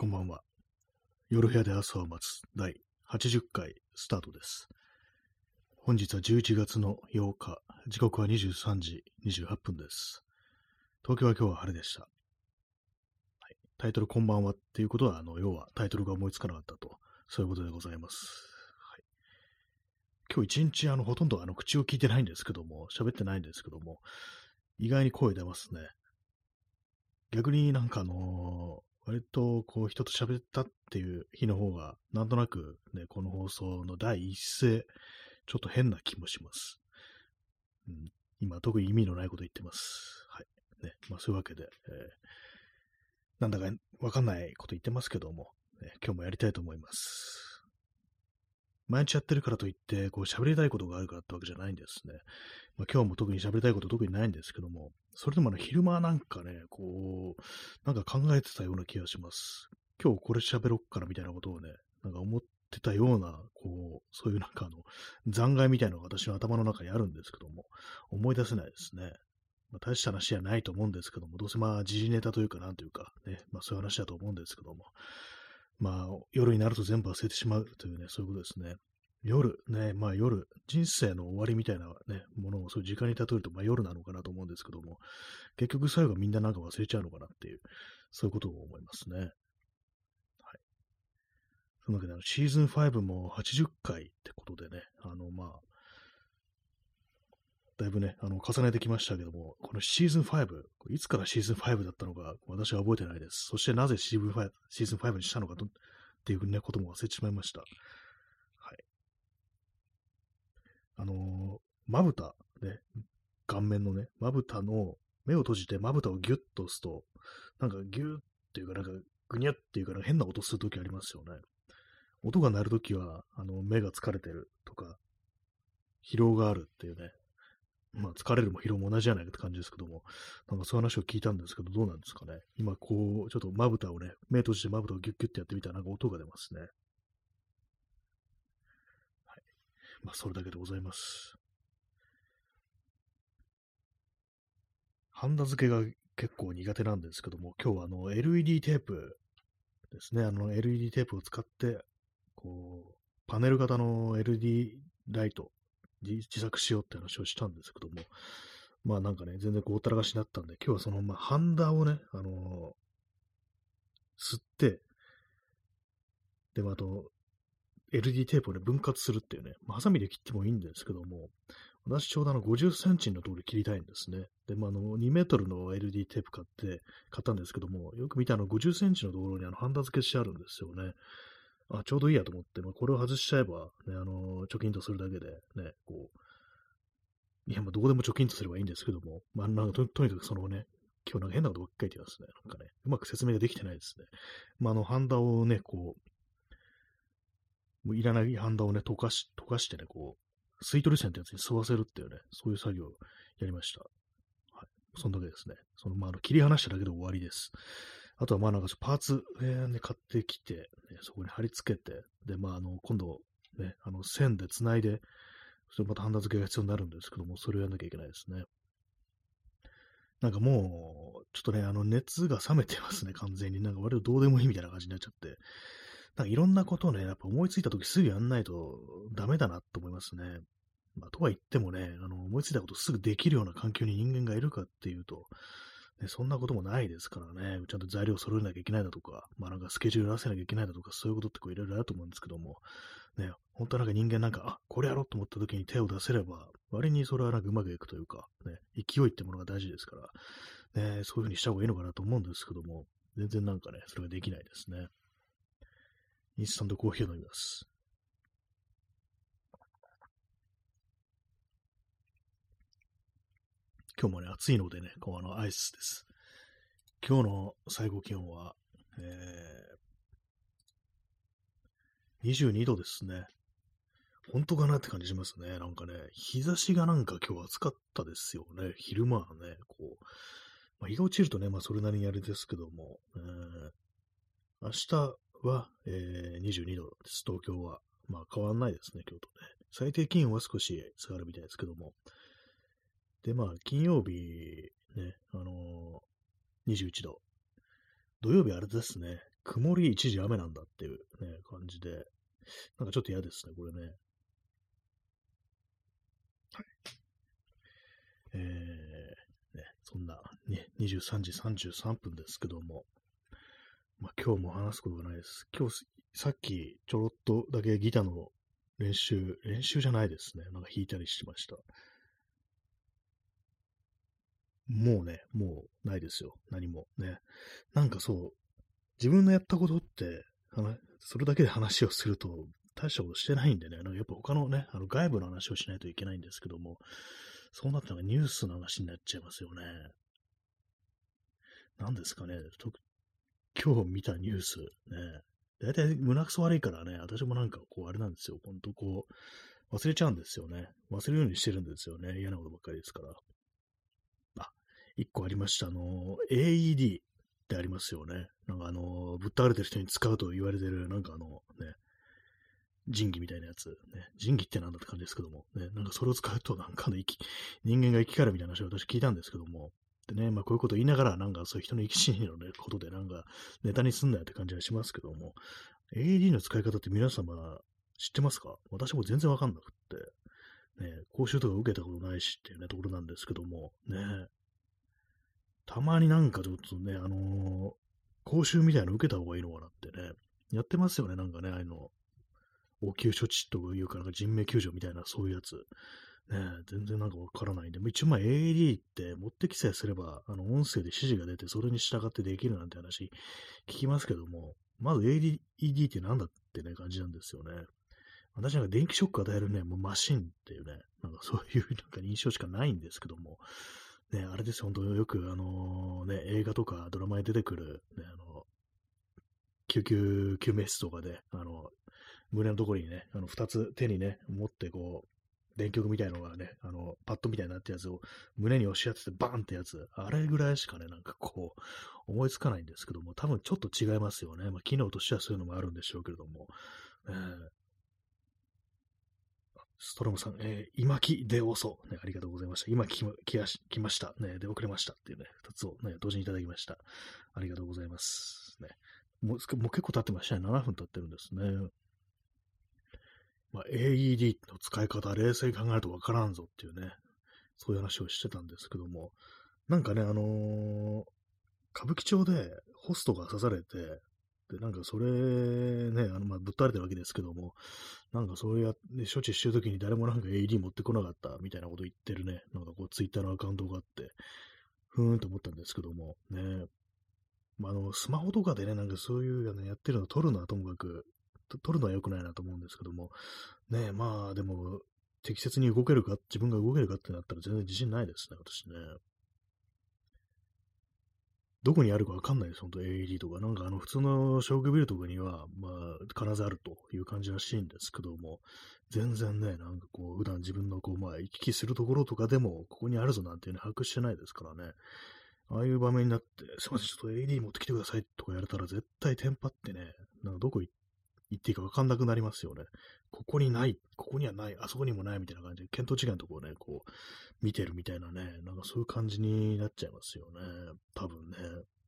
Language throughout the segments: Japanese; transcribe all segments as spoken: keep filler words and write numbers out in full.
こんばんは。夜部屋で朝を待つだいはちじゅっかいスタートです。本日はじゅういちがつのようか、時刻はにじゅうさんじにじゅうはっぷんです。東京は今日は晴れでした。はい、タイトルこんばんはっていうことは、あの、要はタイトルが思いつかなかったと、そういうことでございます。はい、今日一日、あの、ほとんどあの口を聞いてないんですけども、喋ってないんですけども、意外に声出ますね。逆になんかあのー割とこう人と喋ったっていう日の方が、なんとなくね、この放送の第一声、ちょっと変な気もします。うん、今、特に意味のないこと言ってます。はい。ね、まあそういうわけで、えー、なんだかわかんないこと言ってますけども、ね、今日もやりたいと思います。毎日やってるからといって、こう喋りたいことがあるからってわけじゃないんですね。まあ、今日も特に喋りたいこと特にないんですけども、それでもね、昼間なんかね、こう、なんか考えてたような気がします。今日これ喋ろっかなみたいなことをね、なんか思ってたような、こう、そういうなんかあの、残骸みたいなのが私の頭の中にあるんですけども、思い出せないですね。まあ、大した話じゃないと思うんですけども、どうせまあ、時事ネタというか、なんというか、ね、まあそういう話だと思うんですけども、まあ、夜になると全部忘れてしまうというね、そういうことですね。夜、ね、まあ夜、人生の終わりみたいなね、ものをそういう時間に例えると、まあ夜なのかなと思うんですけども、結局最後みんななんか忘れちゃうのかなっていう、そういうことを思いますね。はい。そのわけで、シーズンファイブもはちじゅっかいってことでね、あの、まあ、だいぶね、あの、重ねてきましたけども、このシーズンファイブ、いつからシーズンファイブだったのか、私は覚えてないです。そしてなぜシーズンファイブ、シーズンファイブにしたのかとっていうね、ことも忘れてしまいました。はい。あのー、まぶた、ね、顔面のね、まぶたの、目を閉じてまぶたをギュッと押すと、なんかギュッっていうか、なんかぐにゃっていうか、変な音するときありますよね。音が鳴るときは、あの、目が疲れてるとか、疲労があるっていうね、まあ、疲れるも疲労も同じじゃないかって感じですけども、なんかそういう話を聞いたんですけど、どうなんですかね。今、こう、ちょっとまぶたをね、目閉じてまぶたをギュッギュッってやってみたら、なんか音が出ますね。はい。まあ、それだけでございます。ハンダ付けが結構苦手なんですけども、今日はあの エルイーディー テープですね、あの エルイーディー テープを使って、こう、パネル型の エルイーディー ライト、自作しようって話をしたんですけども、まあなんかね、全然こう、たらかしになったんで、今日はその、まあ、ハンダをね、あのー吸って、で、まあ、あと、エルイーディー テープをね、分割するっていうね、まあ、ハサミで切ってもいいんですけども、私ちょうどあのごじゅっセンチのところで切りたいんですね。で、まあ、あのにメートルの エルイーディー テープ買って、買ったんですけども、よく見たあのごじゅっセンチのところにあのハンダ付けしてあるんですよね。あ、ちょうどいいやと思って、まあ、これを外しちゃえば、ね、あの、貯金とするだけで、ね、こう、いや、まあ、どこでも貯金とすればいいんですけども、まあ、なんかと、とにかくそのね、今日なんか変なことばっかり言ってますね。なんかね、うまく説明ができてないですね。まあ、あの、ハンダをね、こう、もういらないハンダをね、溶かし、溶かしてね、こう、吸い取り線ってやつに吸わせるっていうね、そういう作業をやりました。はい。そんだけですね。その、まあ、あの切り離しただけで終わりです。あとは、まあ、なんかパーツ、えーね、買ってきて、ね、そこに貼り付けて、で、まあ、あの、今度、ね、あの、線で繋いで、それまたハンダ付けが必要になるんですけども、それをやんなきゃいけないですね。なんかもう、ちょっとね、あの、熱が冷めてますね、完全に。なんか割とどうでもいいみたいな感じになっちゃって。なんかいろんなことをね、やっぱ思いついたときすぐやんないとダメだなと思いますね。まあ、とは言ってもね、あの、思いついたことすぐできるような環境に人間がいるかっていうと、ね、そんなこともないですからね、ちゃんと材料を揃えなきゃいけないだとか、まあなんかスケジュール出せなきゃいけないだとか、そういうことってこういろいろあると思うんですけども、ね、本当はなんか人間なんか、あ、これやろうと思った時に手を出せれば、割にそれはなんかうまくいくというか、ね、勢いってものが大事ですから、ね、そういうふうにした方がいいのかなと思うんですけども、全然なんかね、それができないですね。インスタントコーヒーを飲みます。今日もね、暑いのでね、こうあのアイスです。今日の最高気温は、えー、にじゅうにどですね。本当かなって感じしますね。なんかね、日差しがなんか今日暑かったですよね。昼間はね、こう、まあ、日が落ちるとね、まあそれなりにあれですけども、えー、明日は、えー、にじゅうにどです、東京は。まあ変わんないですね、今日とね。最低気温は少し下がるみたいですけども。で、まあ金曜日、ね、あのー、にじゅういちど。土曜日あれですね。 曇り一時雨なんだっていうね、感じで、なんかちょっと嫌ですね、これね。えー、ね、そんな、ね、にじゅうさんじさんじゅうさんぷんですけども、まあ、今日も話すことがないです。今日、さっきちょろっとだけギターの練習、練習じゃないですね。なんか弾いたりしました。もうね、もうないですよ。何もね。なんかそう、自分のやったことって、あのそれだけで話をすると、大したことしてないんでね、なんかやっぱ他のね、あの外部の話をしないといけないんですけども、そうなったらニュースの話になっちゃいますよね。なんですかね、と今日見たニュース、ね、だいたい胸くそ悪いからね、私もなんかこうあれなんですよ、ほんとこう、忘れちゃうんですよね。忘れるようにしてるんですよね。嫌なことばっかりですから。あ、一個ありました。あの、エーイーディー ってありますよね。なんかあの、ぶっ倒れてる人に使うと言われてる、なんかあの、ね、仁義みたいなやつ。ね、仁義ってなんだって感じですけども、ね、なんかそれを使うと、なんかの生き、人間が生き返るみたいな話を私聞いたんですけども、でね、まあこういうこと言いながら、なんかそういう人の生き死にの、ね、ことで、なんかネタにすんなよって感じはしますけども、エーイーディー の使い方って皆様知ってますか？私も全然わかんなくって、ね、講習とか受けたことないしっていうね、ところなんですけども、ね、たまになんかちょっとね、あのー講習みたいなの受けた方がいいのかなってね、やってますよね、なんかね、ああいうの。応急処置というか、なんか人命救助みたいな、そういうやつ。ねえ、全然なんかわからないんで、一応まあ エーイーディー って持ってきさえすれば、あの、音声で指示が出て、それに従ってできるなんて話聞きますけども、まず エーイーディー ってなんだってね、感じなんですよね。私なんか電気ショック与えるね、もうマシンっていうね、なんかそういうなんか印象しかないんですけども、ね、あれですよ、本当よくあのね、映画とかドラマに出てくる、ね、あの、救急救命室とかで、あの、胸のところにね、あの、二つ手にね、持ってこう、電極みたいなのがね、あの、パッドみたいになってやつを胸に押し当ててバーンってやつ、あれぐらいしかね、なんかこう、思いつかないんですけども、多分ちょっと違いますよね。まあ、機能としてはそういうのもあるんでしょうけれども。えー、ストロムさん、えー、今来でおそ、ね、ありがとうございました。今来ま来やし来ました。ね、出遅れましたっていうね、二つをね、同時にいただきました。ありがとうございます。ね、もう、もう結構経ってましたね。ななふん経ってるんですね。まあ、エーイーディー の使い方、冷静に考えるとわからんぞっていうね、そういう話をしてたんですけども、なんかね、あのー歌舞伎町でホストが刺されて、で、なんかそれね、あの、まあ、ぶっ倒れてるわけですけども、なんかそうやって、処置してるときに誰もなんか エーイーディー 持ってこなかったみたいなこと言ってるね、なんかこうツイッターのアカウントがあって、ふーんと思ったんですけども、ね、まあ、あの、スマホとかでね、なんかそういうのやってるの撮るのはともかく、と撮るのは良くないなと思うんですけども、ねえ、まあ、でも、適切に動けるか、自分が動けるかってなったら全然自信ないですね、私ね。どこにあるかわかんないです、本当 エーイーディー とか。なんかあの、普通の小学ビルとかには、まあ、必ずあるという感じらしいんですけども、全然ね、なんかこう、普段自分のこう、まあ、行き来するところとかでも、ここにあるぞなんていうの把握してないですからね。ああいう場面になって、すいません、ちょっと エーイーディー 持ってきてくださいとかやれたら絶対テンパってね、なんかどこ行言っていいか分かんなくなりますよね。ここにない、ここにはない、あそこにもないみたいな感じで、見当違いのところをね、こう、見てるみたいなね、なんかそういう感じになっちゃいますよね。多分ね。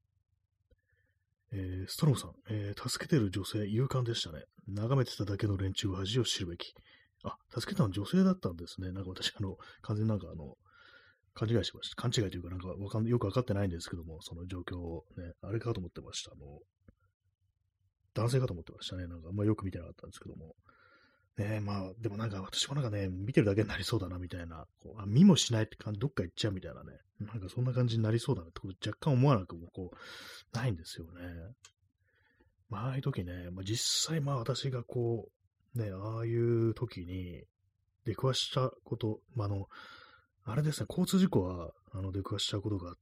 えー、ストロムさん、えー、助けてる女性、勇敢でしたね。眺めてただけの連中は恥を知るべき。あ、助けたの女性だったんですね。なんか私、あの、完全になんかあの、勘違いしました。勘違いというか、なんかわかんよくわかってないんですけども、その状況をね、あれかと思ってました。あの、男性かと思ってましたね。なんかあんまよく見てなかったんですけども。ねえ、まあ、でもなんか私もなんかね、見てるだけになりそうだなみたいな、こうあ見もしないって感じ、どっか行っちゃうみたいなね、なんかそんな感じになりそうだなってこと若干思わなくもこう、ないんですよね。まあ、ああいう時ね、まあ、実際まあ私がこう、ね、ああいう時に出くわしたこと、まあ、あの、あれですね、交通事故はあの出くわしたことがあって、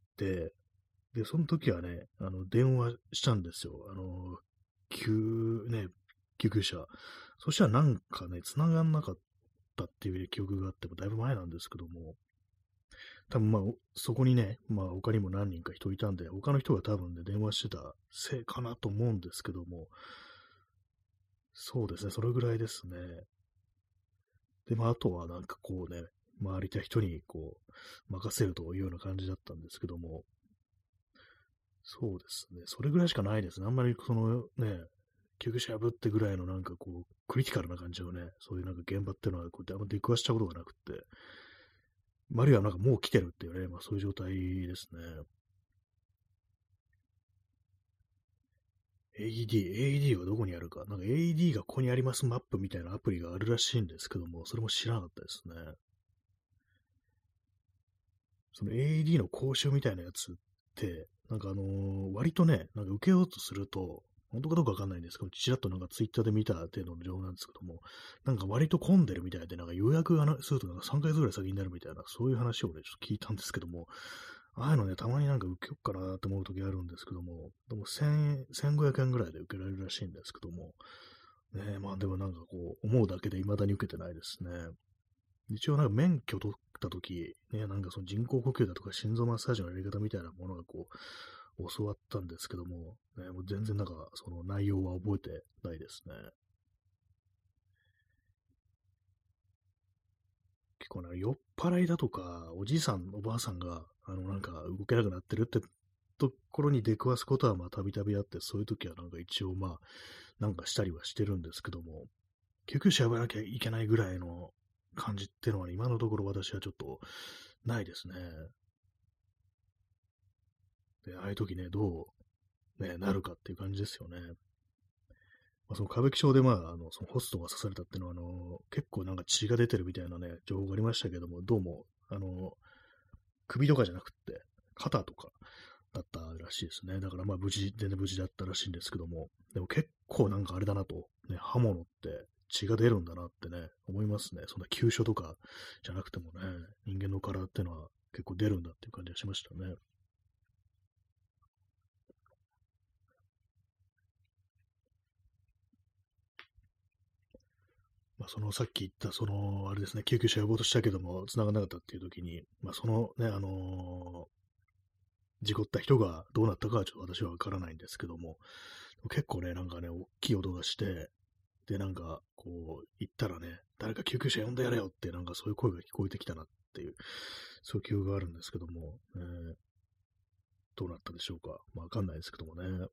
で、その時はね、あの、電話したんですよ。あの、救、ね、救急車。そしたらなんかね、繋がんなかったっていう記憶があってもだいぶ前なんですけども、多分まあ、そこにね、まあ他にも何人か人いたんで、他の人が多分ね、電話してたせいかなと思うんですけども、そうですね、それぐらいですね。で、まああとはなんかこうね、周りいた人にこう、任せるというような感じだったんですけども、 そうですね。それぐらいしかないですね。あんまりそのね、救急車破ってぐらいのなんかこう、クリティカルな感じのね、そういうなんか現場っていうのは、こうやってあんま出くわしたことがなくて、あるいはなんかもう来てるっていうね、まあそういう状態ですね。エーイーディー、エーイーディー はどこにあるか。なんか エーイーディー がここにありますマップみたいなアプリがあるらしいんですけども、それも知らなかったですね。その エーイーディー の講習みたいなやつって、なんかあのー割とね、なんか受けようとすると、本当かどうかわかんないんですけど、ちらっとなんかツイッターで見た程度の情報なんですけども、なんか割と混んでるみたいで、なんか予約がなするとなんかさんかげつぐらい先になるみたいな、そういう話をね、ちょっと聞いたんですけども、ああいうのね、たまになんか受けよっかなと思う時あるんですけども、でもせん、せんごひゃくえんぐらいで受けられるらしいんですけども、ねえ、まあでもなんかこう、思うだけで未だに受けてないですね。一応なんか免許取った時、ね、なんかその人工呼吸だとか心臓マッサージのやり方みたいなものがこう、教わったんですけども、ね、もう全然なんかその内容は覚えてないですね。結構ね、酔っ払いだとか、おじいさん、おばあさんが、あのなんか動けなくなってるってところに出くわすことはまあたびたびあって、そういう時はなんか一応まあ、なんかしたりはしてるんですけども、救急車呼ばなきゃいけないぐらいの感じっていうのは、ね、今のところ私はちょっとないですね。で、ああいう時ね、どう、ね、なるかっていう感じですよね。まあ、その歌舞伎町で、まあ、あの、そのホストが刺されたっていうのは、あの、結構なんか血が出てるみたいなね、情報がありましたけども、どうも、あの、首とかじゃなくって、肩とかだったらしいですね。だからまあ無事、全然無事だったらしいんですけども、でも結構なんかあれだなと、ね、刃物って血が出るんだなってね、思いますね。そんな急所とかじゃなくてもね、人間の体ってのは結構出るんだっていう感じがしましたね。まあ、そのさっき言った、その、あれですね、救急車呼ぼうとしたけども、繋がらなかったっていう時に、まあ、そのね、あのー事故った人がどうなったかはちょっと私はわからないんですけども、結構ね、なんかね、大きい音がして、で、なんか、こう、行ったらね、誰か救急車呼んでやれよって、なんかそういう声が聞こえてきたなっていう、そういう記憶があるんですけども、えーどうなったでしょうか。まあ、わかんないですけどもね。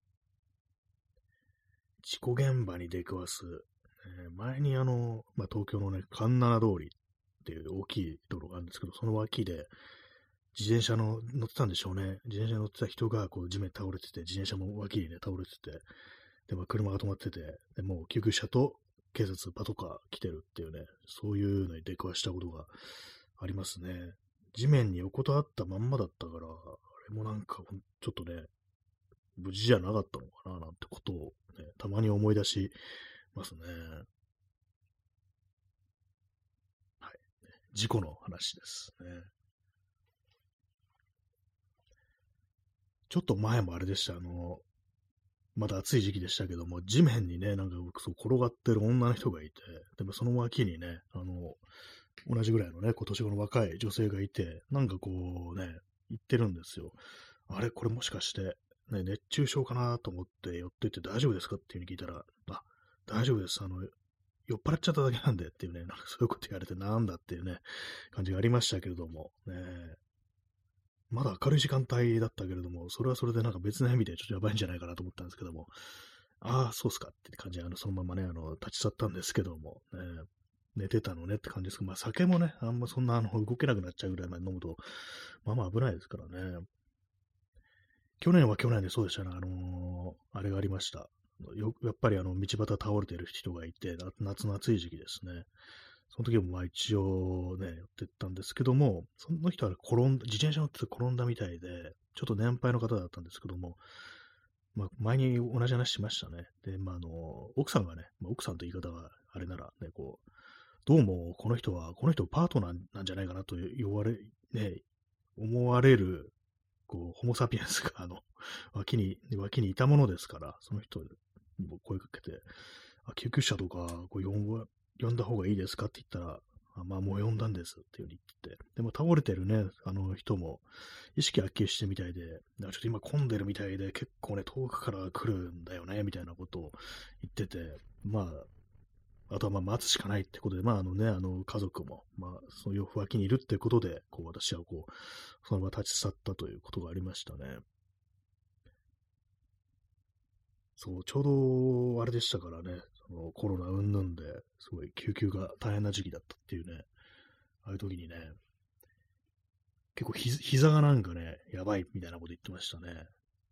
事故現場に出くわす、えー前にあの、まあ、東京のね、環七通りっていう大きい道路があるんですけど、その脇で自転車の乗ってたんでしょうね。自転車に乗ってた人がこう地面に倒れてて、自転車も脇にね、倒れてて、で、まあ、車が止まってて、で、もう救急車と警察、パトカー来てるっていうね、そういうのに出くわしたことがありますね。地面に横たわったまんまだったから、あれもなんか、ちょっとね、無事じゃなかったのかな、なんてことを、ね、たまに思い出しますね。はい。事故の話ですね。ちょっと前もあれでした、あの、まだ暑い時期でしたけども、地面にね、なんかそう転がってる女の人がいて、でもその脇にね、あの、同じぐらいのね、今年の若い女性がいて、なんかこうね、言ってるんですよ。あれ、これもしかして、ね、熱中症かなと思って寄っていって大丈夫ですかっていう風に聞いたら、あ、大丈夫です。あの、酔っ払っちゃっただけなんでっていうね、なんかそういうこと言われてなんだっていうね、感じがありましたけれども、ね、まだ明るい時間帯だったけれども、それはそれでなんか別の意味でちょっとやばいんじゃないかなと思ったんですけども、ああ、そうっすかって感じで、あの、そのままね、あの、立ち去ったんですけども、ね、寝てたのねって感じですけど、まあ酒もね、あんまそんなあの動けなくなっちゃうぐらいまで飲むと、まあまあ危ないですからね。去年は去年でそうでしたね、あのーあれがありました。よやっぱりあの、道端倒れてる人がいて、な夏の暑い時期ですね。その時もまあ一応ね、寄ってったんですけども、その人は転んだ、自転車乗ってて転んだみたいで、ちょっと年配の方だったんですけども、まあ前に同じ話しましたね。で、まああの、奥さんがね、まあ、奥さんと言い方はあれならね、こう、どうもこの人は、この人パートナーなんじゃないかなと言われ、ね、思われるこう、ホモ・サピエンスが、あの、脇に、脇にいたものですから、その人にも声かけて、あ、救急車とか、こう呼ん、呼んだ方がいいですかって言ったら、あ、まあ、もう呼んだんですっていうふうに言ってて、でも倒れてるね、あの人も、意識はっきりしてみたいで、ちょっと今混んでるみたいで、結構ね、遠くから来るんだよね、みたいなことを言ってて、まあ、あとはまあ待つしかないってことで、まああのね、あの家族も、まあその脇にいるってことで、こう私はこう、その場立ち去ったということがありましたね。 そう、ちょうど、あれでしたからね、そのコロナ云々で、すごい救急が大変な時期だったっていうね、ああいう時にね、結構ひ膝がなんかね、やばいみたいなこと言ってましたね。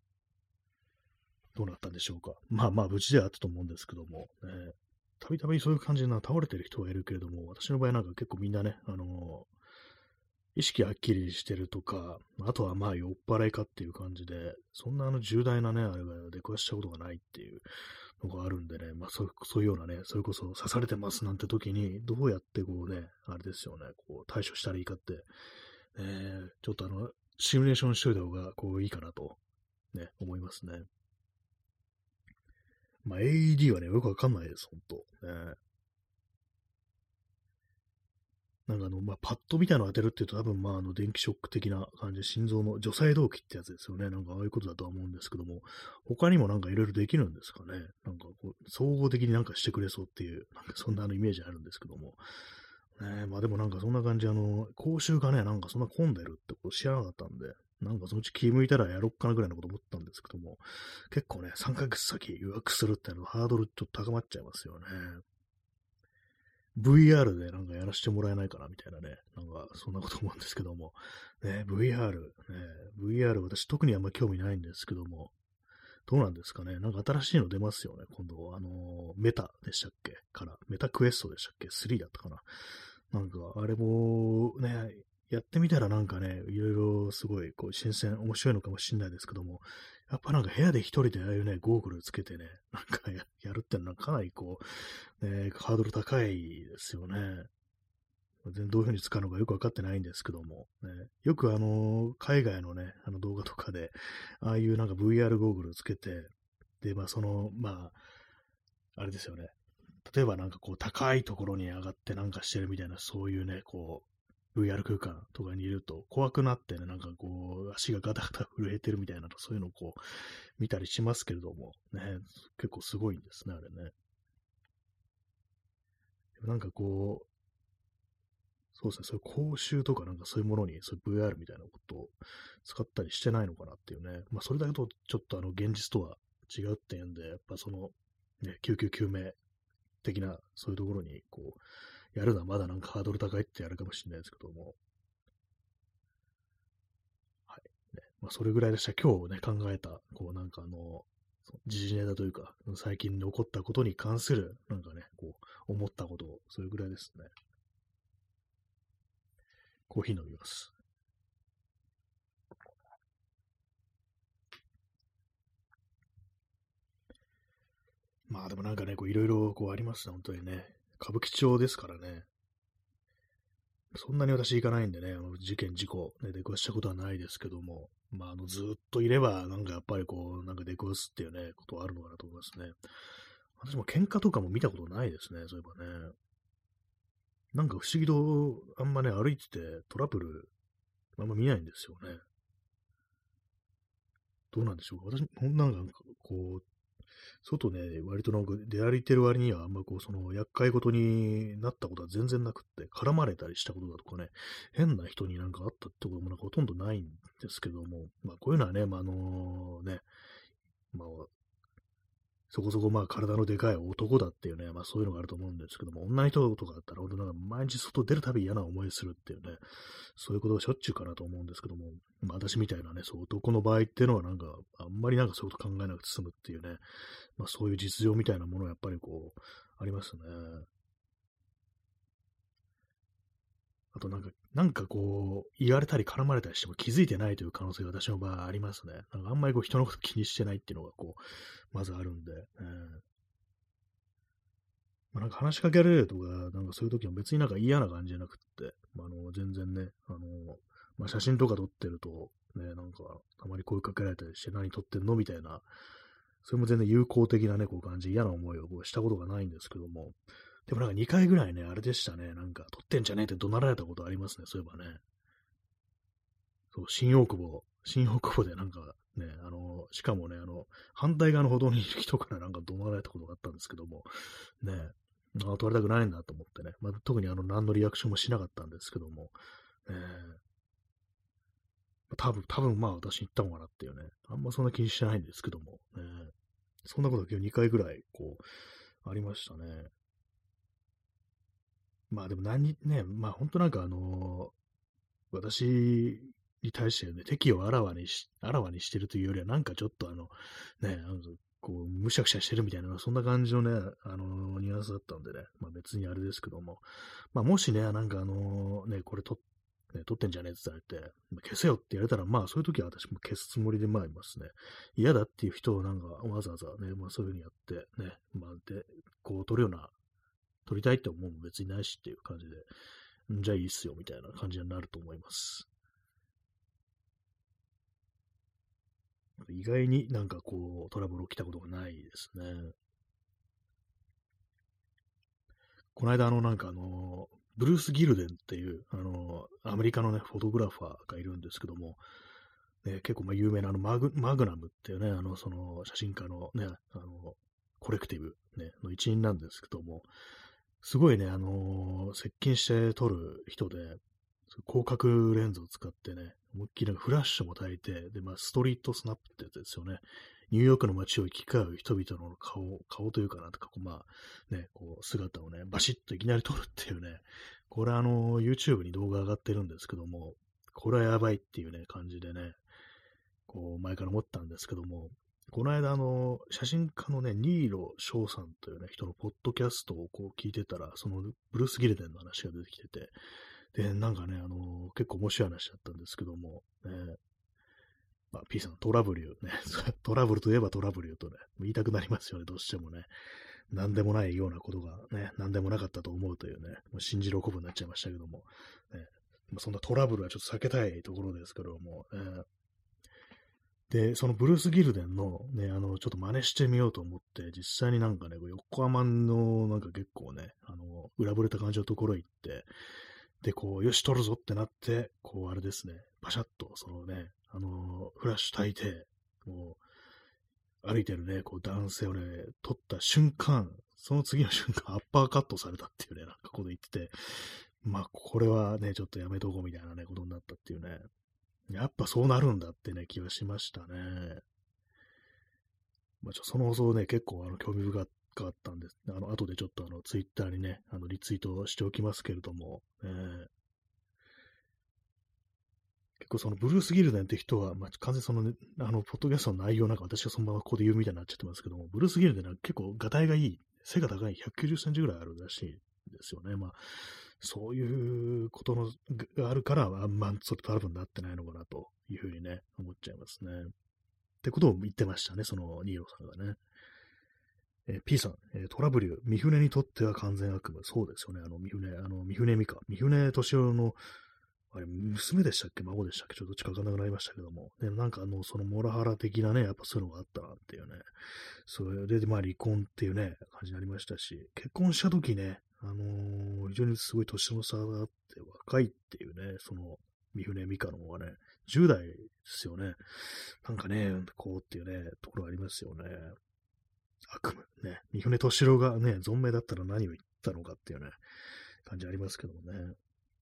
どうなったんでしょうか。まあまあ、無事ではあったと思うんですけども、ね、たびたびそういう感じな倒れてる人がいるけれども、私の場合なんか結構みんなね、あの意識はっきりしてるとか、あとはまあ酔っ払いかっていう感じで、そんなあの重大なね、あれが出くわしたことがないっていうのがあるんでね、まあそうそういうようなね、それこそ刺されてますなんて時に、どうやってこうね、あれですよね、こう対処したらいいかって、えー、ちょっとあの、シミュレーションしといた方がこういいかなと、ね、思いますね。まあ エーイーディー はね、よくわかんないです、ほんと。ね、なんかあの、まあ、パッドみたいなのを当てるっていうと、多分まあ、あの、電気ショック的な感じで、心臓の除細動器ってやつですよね。なんかああいうことだとは思うんですけども、他にもなんかいろいろできるんですかね。なんかこう、総合的になんかしてくれそうっていう、なんかそんなあのイメージあるんですけども。ね、まあでもなんかそんな感じ、あの、講習がね、なんかそんな混んでるってこと知らなかったんで、なんかそのうち気向いたらやろっかなぐらいのこと思ったんですけども、結構ね、さんかげつ先予約するってのハードルちょっと高まっちゃいますよね。ブイアール でなんかやらせてもらえないかなみたいなね、なんかそんなこと思うんですけども、ね、ブイアール、ね、ブイアール 私特にあんま興味ないんですけども、どうなんですかね、なんか新しいの出ますよね、今度、あのーメタでしたっけから、メタクエストでしたっけ スリー だったかな。なんか、あれも、ね、やってみたらなんかね、いろいろすごい、こう、新鮮、面白いのかもしれないですけども、やっぱなんか部屋で一人でああいうね、ゴーグルつけてね、なんかややるってのはかなりこう、ね、ハードル高いですよね。全然どういう風に使うのかよくわかってないんですけども、ね、よくあの、海外のね、あの動画とかで、ああいうなんか ブイアール ゴーグルつけて、で、まあその、まあ、あれですよね。例えばなんかこう高いところに上がってなんかしてるみたいな、そういうね、こう、ブイアール 空間とかにいると怖くなってね、なんかこう、足がガタガタ震えてるみたいな、そういうのをこう、見たりしますけれども、ね、結構すごいんですね、あれね。なんかこう、そうですね、そういう講習とかなんかそういうものに、そういう ブイアール みたいなことを使ったりしてないのかなっていうね。まあ、それだけとちょっとあの、現実とは違うっていうんで、やっぱその、ね、救急救命的な、そういうところに、こう、やるのはまだなんかハードル高いってやるかもしれないですけども、はい。ね、まあ、それぐらいでした。今日ね、考えた、こう、なんかあの、時事ネタというか、最近起こったことに関する、なんかね、こう、思ったことを、それぐらいですね。コーヒー飲みます。まあでもなんかね、こういろいろこうありますね、本当にね。歌舞伎町ですからね。そんなに私行かないんでね、あの事件、事故、ね、出くわしたことはないですけども、まあ、あのずっといれば、なんかやっぱりこう、なんか出くわすっていうね、ことはあるのかなと思いますね。私も喧嘩とかも見たことないですね、そういえばね。なんか不思議と、あんまね、歩いててトラブル、あんま見ないんですよね。どうなんでしょうか。私、ほんなんか、こう、外ね、割となんか出歩いてる割には、あんまこう、その、厄介事になったことは全然なくって、絡まれたりしたことだとかね、変な人になんかあったってこともなんかほとんどないんですけども、まあ、こういうのはね、まあ、あのね、まあ、そこそこまあ体のでかい男だっていうね、まあそういうのがあると思うんですけども、女の人とかだったら、本当なんか毎日外出るたび嫌な思いするっていうね、そういうことがしょっちゅうかなと思うんですけども、まあ私みたいなね、そう男の場合っていうのはなんか、あんまりなんかそういうこと考えなくて済むっていうね、まあそういう実情みたいなものはやっぱりこう、ありますね。あとなんか、なんかこう、言われたり絡まれたりしても気づいてないという可能性が私の場合ありますね。なんかあんまりこう人のこと気にしてないっていうのがこう、まずあるんで、えーまあ、なんか話しかけられるとか、なんかそういう時も別になんか嫌な感じじゃなくって、まあ、あの、全然ね、あの、まあ、写真とか撮ってると、ね、なんか、たまに声かけられたりして何撮ってんのみたいな、それも全然友好的なね、こう感じ、嫌な思いをこうしたことがないんですけども、でもなんかにかいぐらいね、あれでしたね、なんか、撮ってんじゃねえって怒鳴られたことありますね、そういえばね。そう、新大久保、新大久保でなんか、ね、あの、しかもね、あの、反対側の歩道にいる人からなんか怒鳴られたことがあったんですけども、ね、あ、取りたくないんだと思ってね、まあ、特にあの、何のリアクションもしなかったんですけども、えー、多分、多分まあ私言ったのかなっていうね、あんまそんな気にしてないんですけども、ね、 そんなことが今日にかいぐらい、こう、ありましたね。まあでも何、ね、まあ本当なんかあのー私に対してね、敵意をあらわにし、あらわにしてるというよりは、なんかちょっとあの、ね、あの、こう、むしゃくしゃしてるみたいな、そんな感じのね、あのーニュアンスだったんでね、まあ別にあれですけども、まあもしね、なんかあのね、これと、ね、撮ってんじゃねえって言われて、まあ消せよって言われたら、まあそういう時は私も消すつもりでまあいますね。嫌だっていう人をなんかわざわざね、まあそういうふうにやって、ね、まあで、こう撮るような、撮りたいって思うも別にないしっていう感じで、んじゃあいいっすよみたいな感じになると思います。意外になんかこうトラブル起きたことがないですね。この間あのなんかあの、ブルース・ギルデンっていう、あの、アメリカのね、フォトグラファーがいるんですけども、ね、結構まあ有名なあのマグ、マグナムっていうね、あの、その写真家のね、あの、コレクティブ、ね、の一員なんですけども、すごいね、あの接近して撮る人で、広角レンズを使ってね、思いっきりフラッシュも焚いて、で、まあ、ストリートスナップってやつですよね。ニューヨークの街を行き交う人々の顔、顔というかなんとか、こう、まあ、ね、こう、姿をね、バシッといきなり撮るっていうね、これあの、YouTube に動画上がってるんですけども、これはやばいっていうね、感じでね、こう、前から思ったんですけども、この間、あの、写真家のね、ニーロ・ショーさんというね、人のポッドキャストをこう聞いてたら、そのブルース・ギルデンの話が出てきてて、で、なんかね、あの結構面白い話だったんですけども、ね、まあ、P さん、トラブルね、トラブルといえばトラブルとね、言いたくなりますよね、どうしてもね。なんでもないようなことがね、なんでもなかったと思うというね、もう信じる鼓舞になっちゃいましたけども、ね、まあ、そんなトラブルはちょっと避けたいところですけども、ね、で、そのブルース・ギルデンのね、あの、ちょっと真似してみようと思って、実際になんかね、横浜のなんか結構ね、あの、裏ぶれた感じのところ行って、で、こう、よし、撮るぞってなって、こう、あれですね、パシャッと、そのね、あのフラッシュ焚いて、もう、歩いてるね、こう、男性をね、撮った瞬間、その次の瞬間、アッパーカットされたっていうね、なんかこと言ってて、まあ、これはね、ちょっとやめとこうみたいなね、ことになったっていうね、やっぱそうなるんだってね、気はしましたね。まあ、ちょその放送ね、結構あの興味深かったんです。あの、後でちょっとあの、ツイッターにね、あの、リツイートしておきますけれども、えー結構そのブルース・ギルデンって人は、まあ、完全にその、ね、あの、ポッドキャストの内容なんか私がそのままここで言うみたいになっちゃってますけども、ブルース・ギルデンは結構ガタイがいい、背が高いひゃくきゅうじゅっセンチぐらいあるらしいんですよね。まあ、そういうことのがあるから、あんまそれトラブルになってないのかなというふうにね、思っちゃいますね。ってことを言ってましたね、そのニーロさんがね。えー P さん、えートラブル、三船にとっては完全悪夢。そうですよね。あの、三船、あの、三船美香。三船敏夫のあれ、娘でしたっけ孫でしたっけちょっとどっちかわかんなくなりましたけども。ね、なんかあの、そのモラハラ的なね、やっぱそういうのがあったなっていうね。それで、まあ離婚っていうね、感じになりましたし、結婚した時ね、あのー非常にすごい年の差があって若いっていうね、その、三船美香の方がね、じゅう代ですよね。なんかね、こうっていうね、ところありますよね。悪夢。ね、三船敏郎がね、存命だったら何を言ったのかっていうね、感じありますけどもね。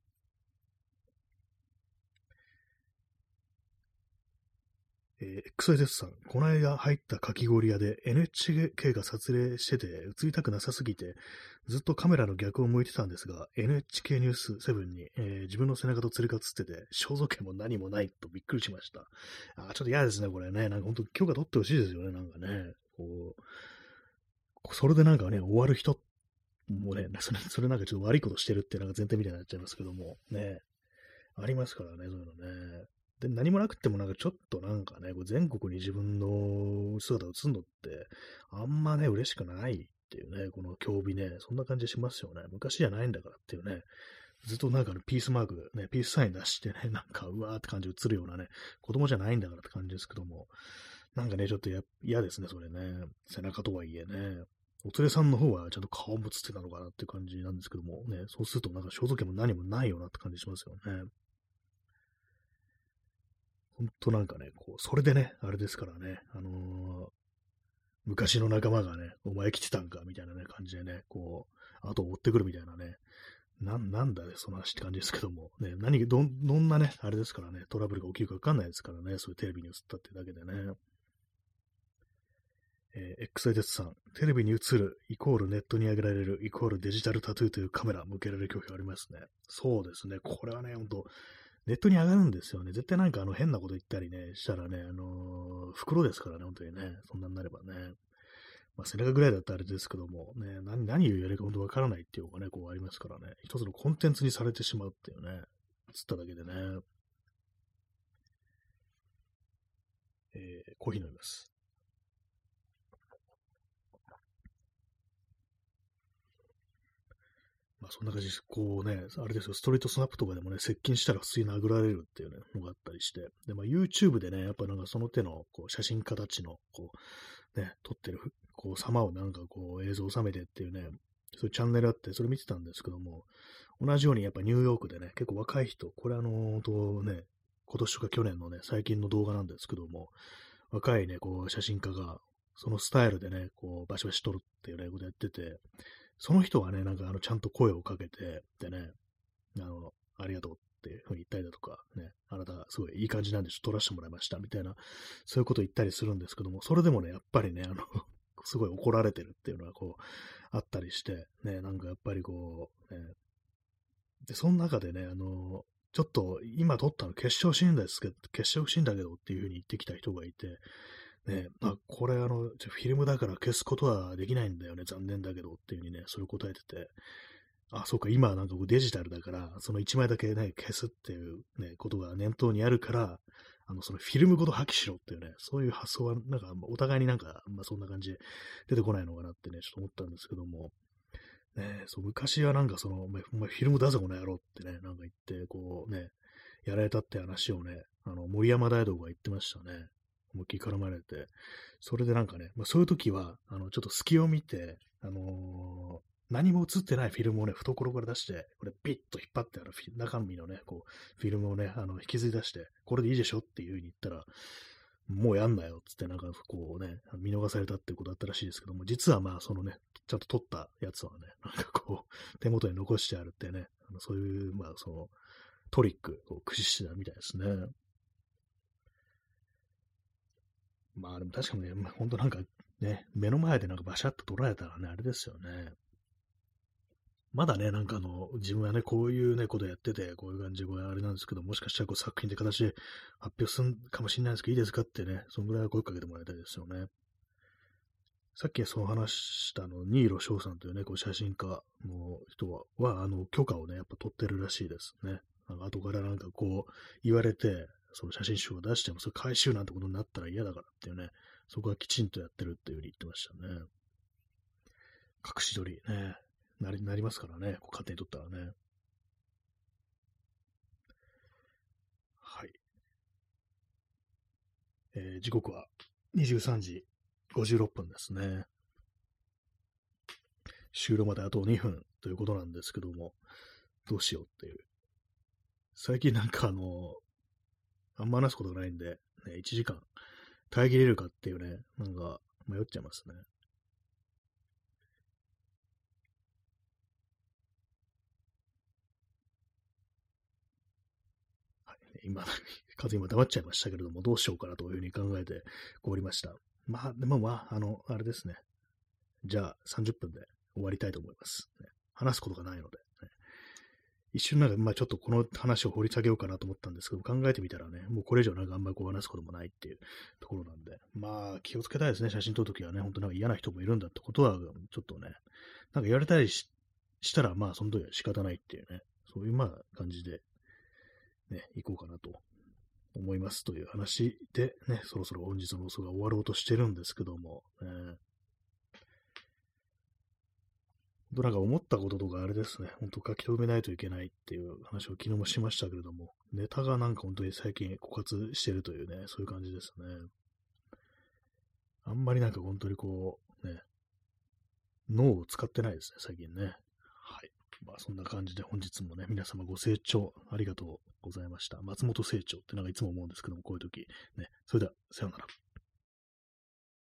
えー、エックスワイゼット さん、この間入ったかき氷屋で エヌエイチケー が撮影してて映りたくなさすぎて、ずっとカメラの逆を向いてたんですが、エヌエイチケー ニュースセブンに、えー自分の背中と釣りが映ってて、肖像権も何もないとびっくりしました。あーちょっと嫌ですね、これね。なんか本当許可取ってほしいですよね、なんかね。こう、それでなんかね、終わる人もね、それ、それなんかちょっと悪いことしてるってなんか前提みたいになっちゃいますけども、ね。ありますからね、そういうのね。で、何もなくてもなんかちょっとなんかね、こう全国に自分の姿を映るのって、あんまね、嬉しくないっていうね、この競技ね、そんな感じしますよね。昔じゃないんだからっていうね、ずっとなんかね、ピースマーク、ね、ピースサイン出してね、なんかうわーって感じで映るようなね、子供じゃないんだからって感じですけども、なんかね、ちょっとや嫌ですね、それね。背中とはいえね。お連れさんの方はちゃんと顔も映ってたのかなっていう感じなんですけども、ね、そうするとなんか肖像権も何もないよなって感じしますよね。ほんとなんかね、こう、それでね、あれですからね、あのー昔の仲間がね、お前来てたんか、みたいなね、感じでね、こう、後を追ってくるみたいなね、なん、なんだね、その話って感じですけども、ね、何、どん、どんなね、あれですからね、トラブルが起きるかわかんないですからね、そういうテレビに映ったってだけでね。 えー、エックスアイゼット さん、テレビに映る、イコールネットに上げられる、イコールデジタルタトゥーというカメラ向けられる拒否がありますね。そうですね。これはね、ほんと、ネットに上がるんですよね。絶対なんかあの変なこと言ったりね、したらね、あのー袋ですからね、本当にね。そんなになればね。まあ、背中ぐらいだったらあれですけども、ね、何、何を言えるか本当わからないっていうのがね、こうありますからね。一つのコンテンツにされてしまうっていうね。つっただけでね。えー、コーヒー飲みます。まあそんな感じで、こうね、あれですよ、ストリートスナップとかでもね、接近したら普通に殴られるっていうね、のがあったりして、で、まあ YouTube でね、やっぱなんかその手のこう写真家たちの、こう、ね、撮ってる、こう、様をなんかこう映像を収めてっていうね、そういうチャンネルあって、それ見てたんですけども、同じようにやっぱニューヨークでね、結構若い人、これあの、本当ね、今年とか去年のね、最近の動画なんですけども、若いね、こう、写真家が、そのスタイルでね、こう、バシバシ撮るっていうね、ことやってて、その人はね、なんかあの、ちゃんと声をかけて、でね、あの、ありがとうっていうふうに言ったりだとか、ね、あなたすごいいい感じなんで、ちょっと撮らせてもらいました、みたいな、そういうことを言ったりするんですけども、それでもね、やっぱりね、あの、すごい怒られてるっていうのは、こう、あったりして、ね、なんかやっぱりこう、ね、で、その中でね、あの、ちょっと今撮ったの決勝シーンですけど、決勝シーンだけどっていうふうに言ってきた人がいて、ね、あ、これあの、フィルムだから消すことはできないんだよね、残念だけどっていうふうにね、それを答えてて、あ、そうか、今はなんかこうデジタルだから、そのいちまいだけね、消すっていうね、ことが念頭にあるから、あの、そのフィルムごと破棄しろっていうね、そういう発想は、なんか、お互いになんか、まあそんな感じで出てこないのかなってね、ちょっと思ったんですけども、ね、そう、昔はなんかその、お前、お前フィルムだぞ、この野郎ってね、なんか言って、こうね、やられたって話をね、あの、森山大道が言ってましたね。思いっきり絡まれて。それでなんかね、まあ、そういう時は、あの、ちょっと隙を見て、あのー何も映ってないフィルムをね、懐から出して、これピッと引っ張って、あの、フィ中身のね、こう、フィルムをね、あの、引きずり出して、これでいいでしょっていう風に言ったら、もうやんなよ、つって、なんか、こうね、見逃されたってことだったらしいですけども、実はまあ、そのね、ちゃんと撮ったやつはね、なんかこう、手元に残してあるってね、あのそういう、まあ、その、トリックを駆使してたみたいですね。まあ、でも確かにね、まあ、本当なんかね、目の前でなんかバシャッと撮られたらね、あれですよね。まだね、なんかあの、自分はね、こういうね、ことやってて、こういう感じで、これあれなんですけど、もしかしたらこう作品で形で発表するかもしれないですけど、いいですかってね、そのぐらいは声かけてもらいたいですよね。さっきその話したあの、新納翔さんというね、こう写真家の人は、は、あの、許可をね、やっぱ取ってるらしいですね。なんか後からなんかこう、言われて、その写真集を出しても、それ回収なんてことになったら嫌だからっていうね、そこはきちんとやってるっていうふうに言ってましたね。隠し撮りね、なり、なりますからね、こう勝手に撮ったらね。はい。えー時刻はにじゅうさんじごじゅうろっぷんですね。終了まであとにふんということなんですけども、どうしようっていう。最近なんかあの、あんま話すことがないんで、ね、いちじかん耐えきれるかっていうね、なんか迷っちゃいますね。はい、今、風今黙っちゃいましたけれども、どうしようかなというふうに考えておりました。まあ、でもまあ、あの、あれですね。じゃあさんじゅっぷんで終わりたいと思います。ね、話すことがないので、ね。一瞬なんか、まあちょっとこの話を掘り下げようかなと思ったんですけど、考えてみたらね、もうこれ以上なんかあんまりこう話すこともないっていうところなんで、まあ気をつけたいですね、写真撮るときはね、本当なんか嫌な人もいるんだってことは、ちょっとね、なんか言われたりししたら、まあその時は仕方ないっていうね、そういうまあ感じでね、行こうかなと思いますという話でね、そろそろ本日の放送が終わろうとしてるんですけども、ね、となんか思ったこととかあれですね、本当書き留めないといけないっていう話を昨日もしましたけれども、ネタがなんか本当に最近枯渇してるというね、そういう感じですね。あんまりなんか本当にこう、ね、脳を使ってないですね、最近ね。はい。まあそんな感じで本日もね、皆様ご清聴ありがとうございました。松本清張ってなんかいつも思うんですけども、こういう時。ね、それでは、さようなら。